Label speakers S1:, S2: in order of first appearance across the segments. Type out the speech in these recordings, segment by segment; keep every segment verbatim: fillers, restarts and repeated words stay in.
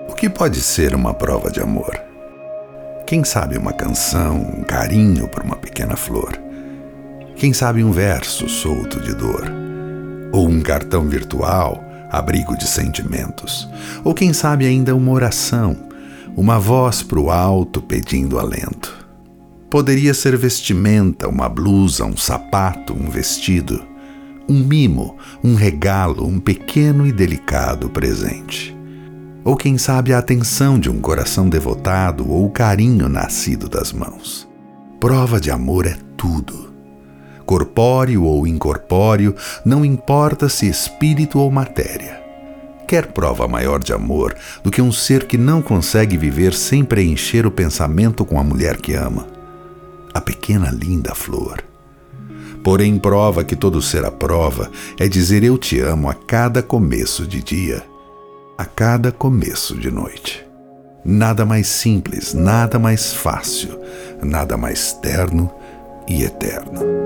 S1: O que pode ser uma prova de amor? Quem sabe uma canção, um carinho por uma pequena flor? Quem sabe um verso solto de dor? Ou um cartão virtual, abrigo de sentimentos? Ou quem sabe ainda uma oração, uma voz pro alto pedindo alento? Poderia ser vestimenta, uma blusa, um sapato, um vestido, um mimo, um regalo, um pequeno e delicado presente. Ou quem sabe a atenção de um coração devotado ou o carinho nascido das mãos. Prova de amor é tudo. Corpóreo ou incorpóreo, não importa se espírito ou matéria. Quer prova maior de amor do que um ser que não consegue viver sem preencher o pensamento com a mulher que ama? A pequena linda flor. Porém, prova que todo ser aprova é dizer eu te amo a cada começo de dia, a cada começo de noite. Nada mais simples, nada mais fácil, nada mais terno e eterno.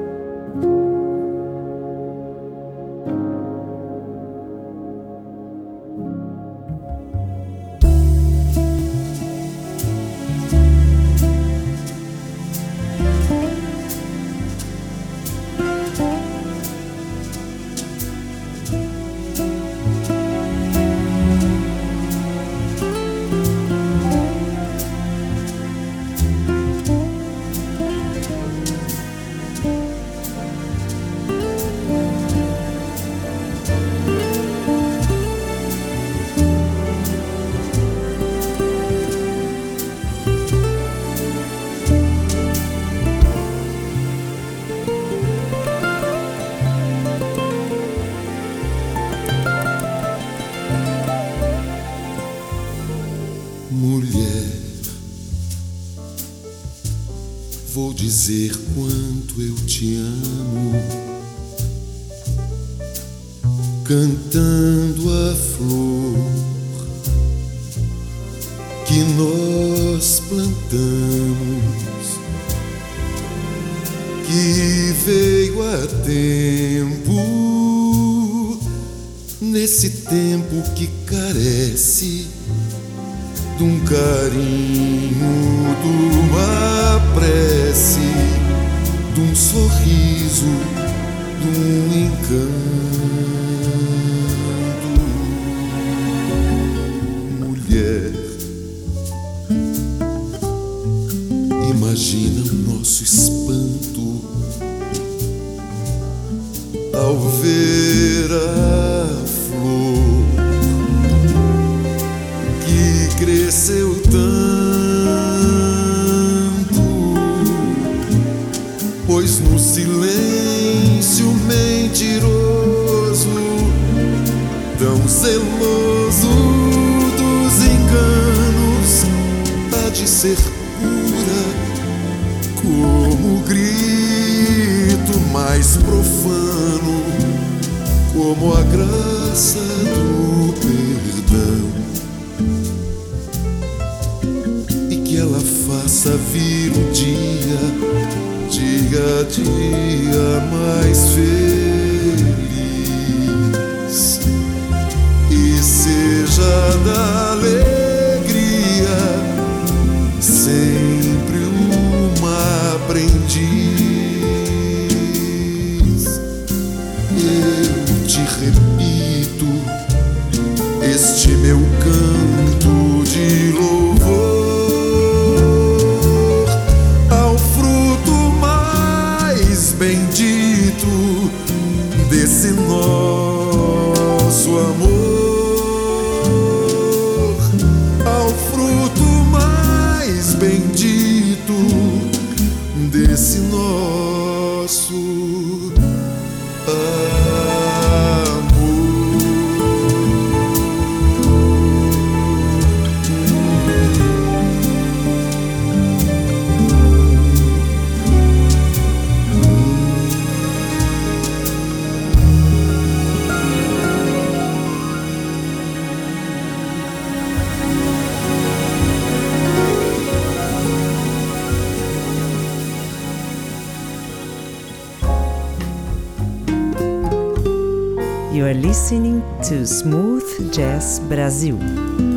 S2: Mulher, vou dizer quanto eu te amo, cantando a flor que nós plantamos, que veio a tempo, nesse tempo que carece de um carinho, de uma prece, de um sorriso, de um encanto. Mulher, imagina o nosso espanto ao ver a flor cresceu tanto, pois no silêncio mentiroso, tão zeloso dos enganos, há de ser pura como o grito mais profano, como a graça do perdão. Que ela faça vir um dia, dia a dia mais feliz, e seja da alegria sempre uma aprendiz. Eu te repito este meu canto de louvor bendito desse nosso amor, ao fruto mais bendito desse nosso
S3: You are listening to Smooth Jazz Brazil.